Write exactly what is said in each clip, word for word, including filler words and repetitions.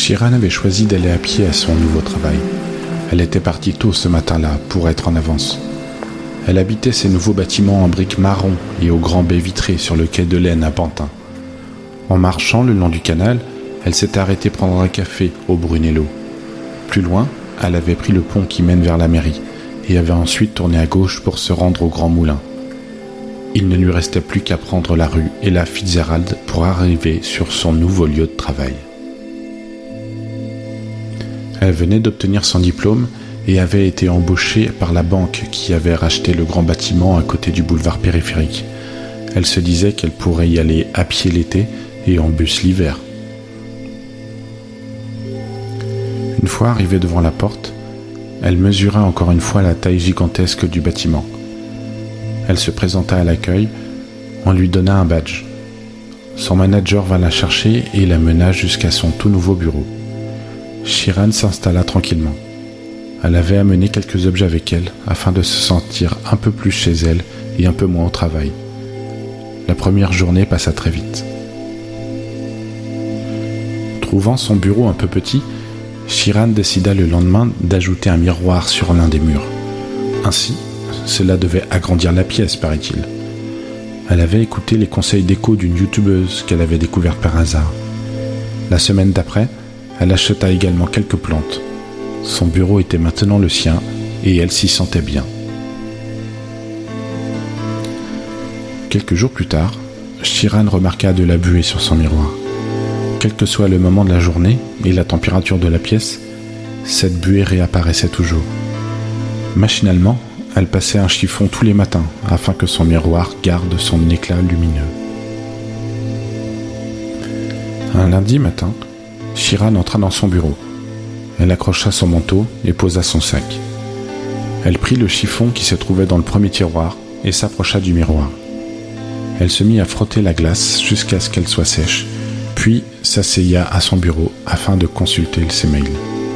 Shiran avait choisi d'aller à pied à son nouveau travail. Elle était partie tôt ce matin-là pour être en avance. Elle habitait ces nouveaux bâtiments en briques marron et aux grands baies vitrées sur le quai de l'Aisne à Pantin. En marchant le long du canal, elle s'était arrêtée prendre un café au Brunello. Plus loin, elle avait pris le pont qui mène vers la mairie et avait ensuite tourné à gauche pour se rendre au Grand Moulin. Il ne lui restait plus qu'à prendre la rue Ella Fitzgerald pour arriver sur son nouveau lieu de travail. Elle venait d'obtenir son diplôme et avait été embauchée par la banque qui avait racheté le grand bâtiment à côté du boulevard périphérique. Elle se disait qu'elle pourrait y aller à pied l'été et en bus l'hiver. Une fois arrivée devant la porte, elle mesura encore une fois la taille gigantesque du bâtiment. Elle se présenta à l'accueil, on lui donna un badge. Son manager vint la chercher et la mena jusqu'à son tout nouveau bureau. Shiran s'installa tranquillement. Elle avait amené quelques objets avec elle afin de se sentir un peu plus chez elle et un peu moins au travail. La première journée passa très vite. Trouvant son bureau un peu petit, Shiran décida le lendemain d'ajouter un miroir sur l'un des murs. Ainsi, cela devait agrandir la pièce, paraît-il. Elle avait écouté les conseils déco d'une youtubeuse qu'elle avait découverte par hasard. La semaine d'après, elle acheta également quelques plantes. Son bureau était maintenant le sien et elle s'y sentait bien. Quelques jours plus tard, Shiran remarqua de la buée sur son miroir. Quel que soit le moment de la journée et la température de la pièce, cette buée réapparaissait toujours. Machinalement, elle passait un chiffon tous les matins afin que son miroir garde son éclat lumineux. Un lundi matin, Shiran entra dans son bureau. Elle accrocha son manteau et posa son sac. Elle prit le chiffon qui se trouvait dans le premier tiroir et s'approcha du miroir. Elle se mit à frotter la glace jusqu'à ce qu'elle soit sèche, puis s'asseya à son bureau afin de consulter ses mails.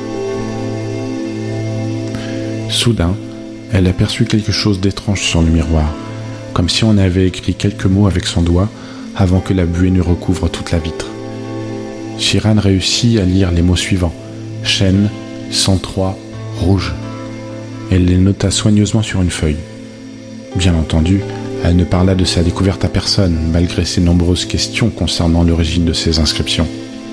Soudain, elle aperçut quelque chose d'étrange sur le miroir, comme si on avait écrit quelques mots avec son doigt avant que la buée ne recouvre toute la vitre. Shiran réussit à lire les mots suivants. Chêne, cent trois, rouge. Elle les nota soigneusement sur une feuille. Bien entendu, elle ne parla de sa découverte à personne, malgré ses nombreuses questions concernant l'origine de ces inscriptions.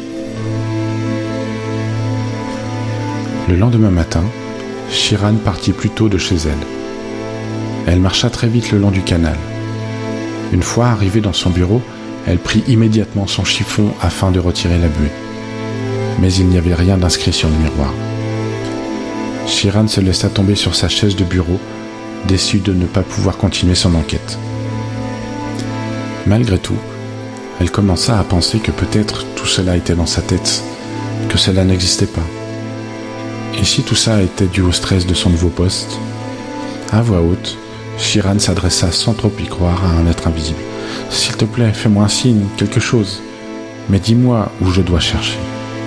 Le lendemain matin, Shiran partit plus tôt de chez elle. Elle marcha très vite le long du canal. Une fois arrivée dans son bureau, elle prit immédiatement son chiffon afin de retirer la buée. Mais il n'y avait rien d'inscrit sur le miroir. Shiran se laissa tomber sur sa chaise de bureau, déçue de ne pas pouvoir continuer son enquête. Malgré tout, elle commença à penser que peut-être tout cela était dans sa tête, que cela n'existait pas. Et si tout ça était dû au stress de son nouveau poste? À voix haute, Shiran s'adressa sans trop y croire à un être invisible. « S'il te plaît, fais-moi un signe, quelque chose. Mais dis-moi où je dois chercher. »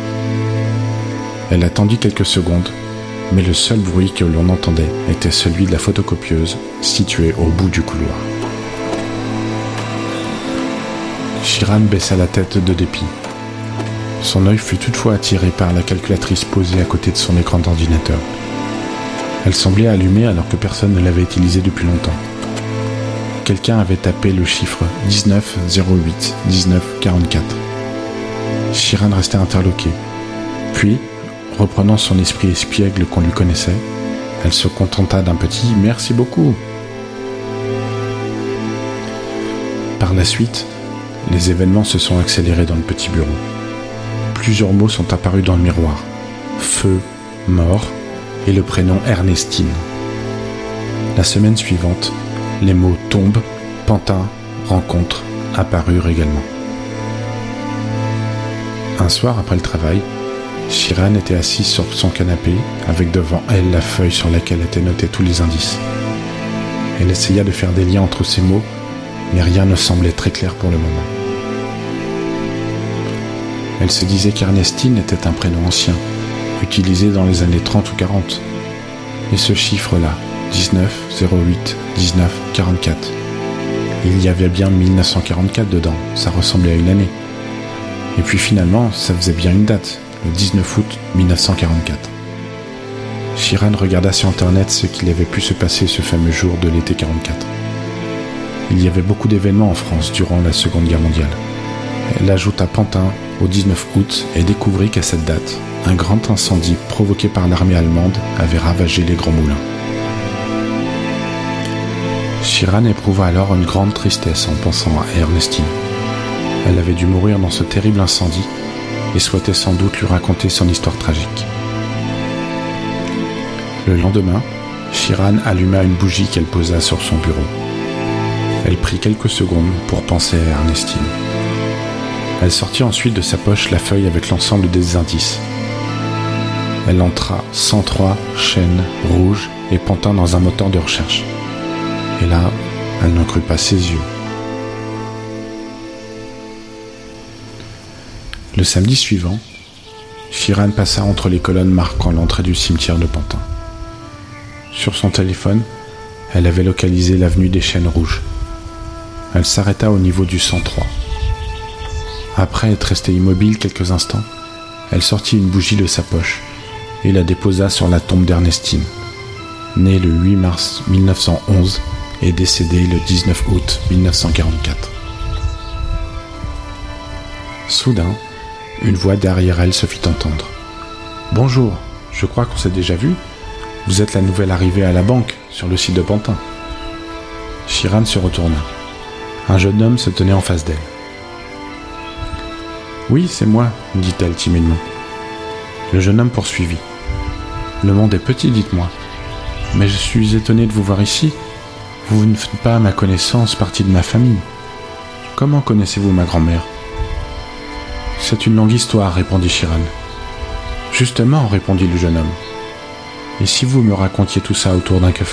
Elle attendit quelques secondes, mais le seul bruit que l'on entendait était celui de la photocopieuse située au bout du couloir. Shiran baissa la tête de dépit. Son œil fut toutefois attiré par la calculatrice posée à côté de son écran d'ordinateur. Elle semblait allumée alors que personne ne l'avait utilisée depuis longtemps. Quelqu'un avait tapé le chiffre dix-neuf zéro huit dix-neuf quarante-quatre. Shiran restait interloquée. Puis, reprenant son esprit espiègle qu'on lui connaissait, elle se contenta d'un petit « merci beaucoup ». Par la suite, les événements se sont accélérés dans le petit bureau. Plusieurs mots sont apparus dans le miroir. Feu, mort et le prénom Ernestine. La semaine suivante, les mots tombe, pantin, rencontre apparurent également. Un soir après le travail, Shiran était assise sur son canapé avec devant elle la feuille sur laquelle étaient notés tous les indices. Elle essaya de faire des liens entre ces mots, mais rien ne semblait très clair pour le moment. Elle se disait qu'Ernestine était un prénom ancien, utilisé dans les années trente ou quarante. Et ce chiffre-là, dix-neuf zéro huit dix-neuf quarante-quatre. Il y avait bien mille neuf cent quarante-quatre dedans, ça ressemblait à une année. Et puis finalement, ça faisait bien une date, le dix-neuf août mille neuf cent quarante-quatre. Sheeran regarda sur internet ce qu'il avait pu se passer ce fameux jour de l'été quarante-quatre. Il y avait beaucoup d'événements en France durant la Seconde Guerre mondiale. Elle ajouta Pantin au dix-neuf août et découvrit qu'à cette date, un grand incendie provoqué par l'armée allemande avait ravagé les Grands Moulins. Sheeran éprouva alors une grande tristesse en pensant à Ernestine. Elle avait dû mourir dans ce terrible incendie et souhaitait sans doute lui raconter son histoire tragique. Le lendemain, Sheeran alluma une bougie qu'elle posa sur son bureau. Elle prit quelques secondes pour penser à Ernestine. Elle sortit ensuite de sa poche la feuille avec l'ensemble des indices. Elle entra cent trois, chêne, rouge et pantin dans un moteur de recherche. Et là, elle n'en crut pas ses yeux. Le samedi suivant, Sheeran passa entre les colonnes marquant l'entrée du cimetière de Pantin. Sur son téléphone, elle avait localisé l'avenue des Chênes Rouges. Elle s'arrêta au niveau du cent trois. Après être restée immobile quelques instants, elle sortit une bougie de sa poche et la déposa sur la tombe d'Ernestine, née le huit mars mille neuf cent onze et décédée le dix-neuf août mille neuf cent quarante-quatre. Soudain, une voix derrière elle se fit entendre. « Bonjour, je crois qu'on s'est déjà vu. Vous êtes la nouvelle arrivée à la banque, sur le site de Pantin. » Sheeran se retourna. Un jeune homme se tenait en face d'elle. « Oui, c'est moi, » dit-elle timidement. Le jeune homme poursuivit. « Le monde est petit, dites-moi. Mais je suis étonné de vous voir ici. Vous ne faites pas à ma connaissance partie de ma famille. Comment connaissez-vous ma grand-mère ?»« C'est une longue histoire, » répondit Sheeran. « Justement, » répondit le jeune homme. « Et si vous me racontiez tout ça autour d'un café ?